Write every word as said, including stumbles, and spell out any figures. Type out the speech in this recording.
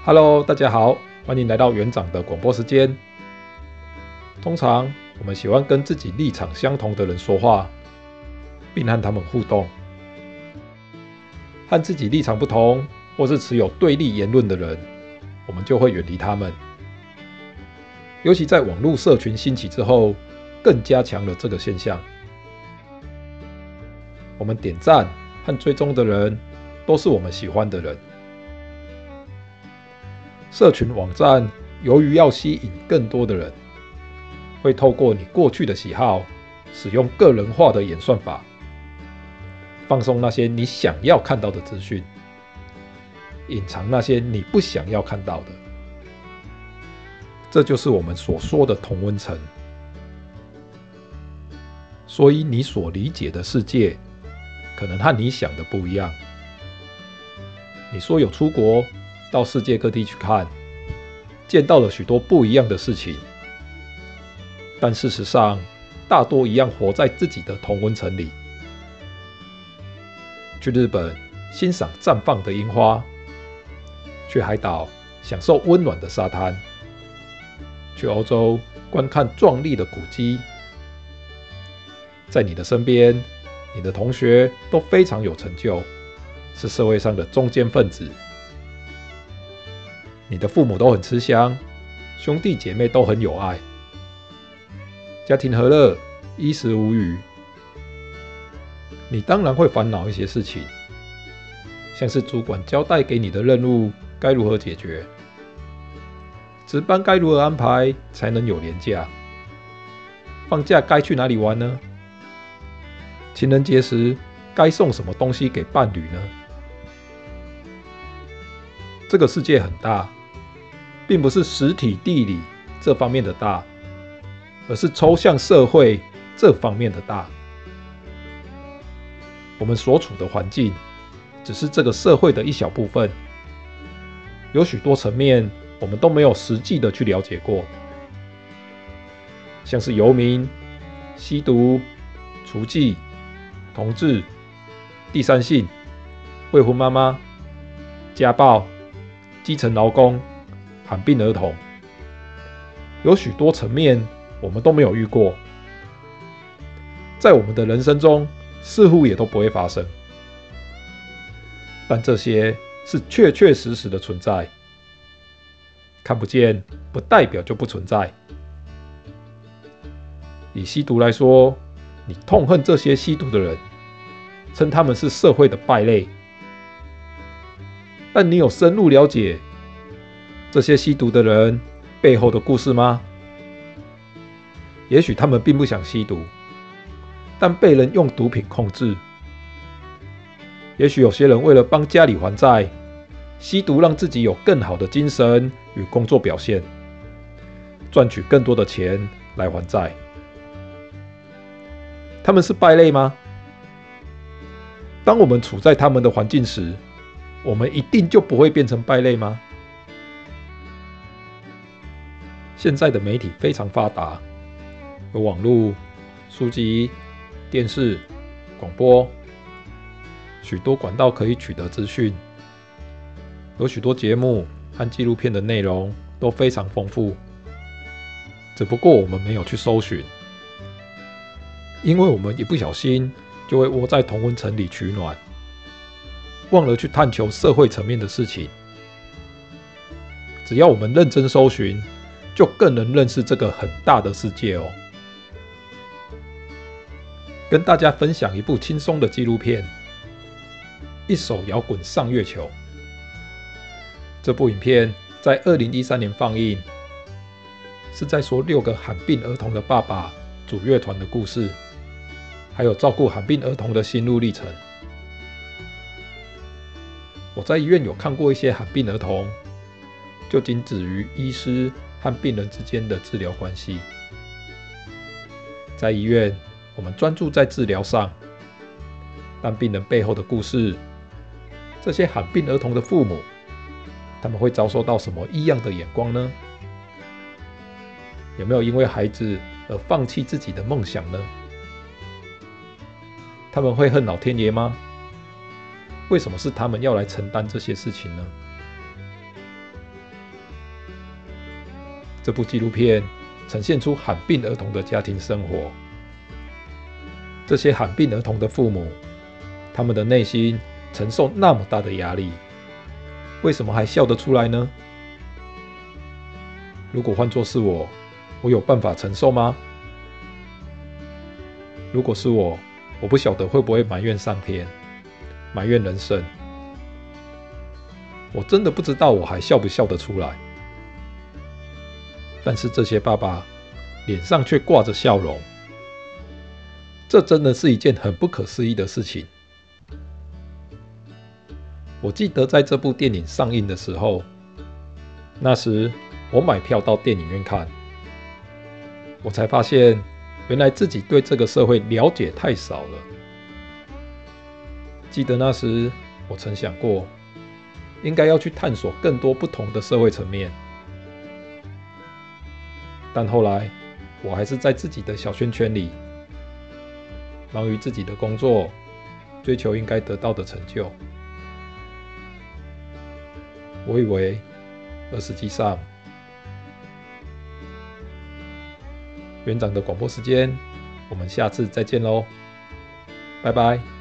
Hello，大家好，欢迎来到园长的广播时间。通常我们喜欢跟自己立场相同的人说话，并和他们互动。和自己立场不同或是持有对立言论的人，我们就会远离他们。尤其在网络社群兴起之后，更加强了这个现象。我们点赞和追踪的人，都是我们喜欢的人。社群网站由于要吸引更多的人，会透过你过去的喜好，使用个人化的演算法，放送那些你想要看到的资讯，隐藏那些你不想要看到的。这就是我们所说的同温层。所以你所理解的世界，可能和你想的不一样。你说有出国到世界各地去看，见到了许多不一样的事情，但事实上，大多一样活在自己的同温层里。去日本欣赏绽放的樱花，去海岛享受温暖的沙滩，去欧洲观看壮丽的古迹。在你的身边，你的同学都非常有成就，是社会上的中坚分子。你的父母都很吃香，兄弟姐妹都很有爱，家庭和乐，衣食无虞。你当然会烦恼一些事情，像是主管交代给你的任务该如何解决，值班该如何安排才能有连假，放假该去哪里玩呢？情人节时该送什么东西给伴侣呢？这个世界很大，并不是实体地理这方面的大，而是抽象社会这方面的大。我们所处的环境只是这个社会的一小部分，有许多层面我们都没有实际的去了解过，像是游民、吸毒、雏妓、同志、第三性、未婚妈妈、家暴、基层劳工、罕病儿童，有许多层面我们都没有遇过，在我们的人生中似乎也都不会发生，但这些是确确实实的存在，看不见不代表就不存在。以吸毒来说，你痛恨这些吸毒的人，称他们是社会的败类，但你有深入了解这些吸毒的人背后的故事吗？也许他们并不想吸毒，但被人用毒品控制。也许有些人为了帮家里还债，吸毒让自己有更好的精神与工作表现，赚取更多的钱来还债。他们是败类吗？当我们处在他们的环境时，我们一定就不会变成败类吗？现在的媒体非常发达，有网络、书籍、电视、广播，许多管道可以取得资讯，有许多节目和纪录片的内容都非常丰富，只不过我们没有去搜寻，因为我们一不小心就会窝在同温层里取暖，忘了去探求社会层面的事情。只要我们认真搜寻，就更能认识这个很大的世界哦。跟大家分享一部轻松的纪录片《一首摇滚上月球》。这部影片在二零一三年放映，是在说六个罕病儿童的爸爸组乐团的故事，还有照顾罕病儿童的心路历程。我在医院有看过一些罕病儿童，就仅止于医师和病人之间的治疗关系。在医院，我们专注在治疗上，但病人背后的故事，这些罕病儿童的父母，他们会遭受到什么异样的眼光呢？有没有因为孩子而放弃自己的梦想呢？他们会恨老天爷吗？为什么是他们要来承担这些事情呢？ 这部纪录片呈现出罕病儿童的家庭生活。这些罕病儿童的父母，他们的内心承受那么大的压力，为什么还笑得出来呢？如果换作是我，我有办法承受吗？如果是我，我不晓得会不会埋怨上天，埋怨人生。我真的不知道我还笑不笑得出来。但是这些爸爸脸上却挂着笑容，这真的是一件很不可思议的事情。我记得在这部电影上映的时候，那时我买票到电影院看，我才发现原来自己对这个社会了解太少了。记得那时我曾想过，应该要去探索更多不同的社会层面，但后来我还是在自己的小圈圈里，忙于自己的工作，追求应该得到的成就。我以为，而实际上，园长的广播时间，我们下次再见喽，拜拜。